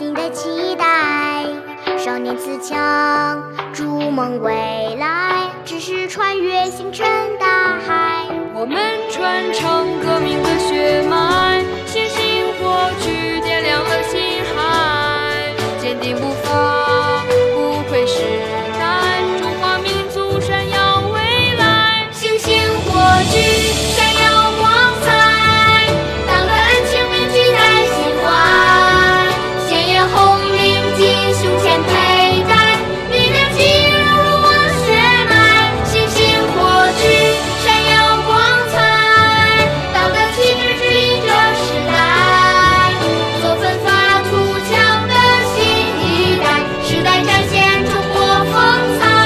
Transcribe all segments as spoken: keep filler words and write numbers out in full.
新的期待。少年自强，筑梦未来，只是穿越星辰大海。 我们传承革命的血脉，星星火炬点亮了心海，坚定步伐，不愧时代，中华民族闪耀未来。 星星火炬闪耀光彩，党的恩情铭记在心怀，鲜艳红领巾胸前佩戴，力量进入我血脉。星星火炬闪耀光彩，党的旗帜指引着时代，做奋发图强的新一代，时代展现中国风采。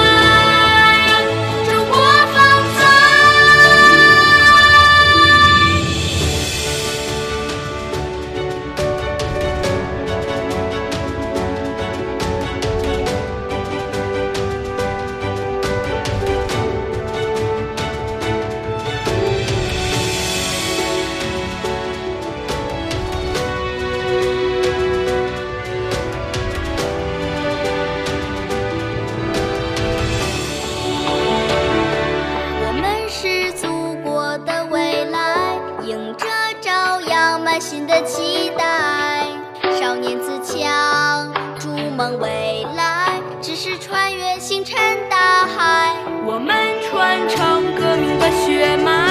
新的期待，少年自强，筑梦未来，只是穿越星辰大海。 我们传承革命的血脉。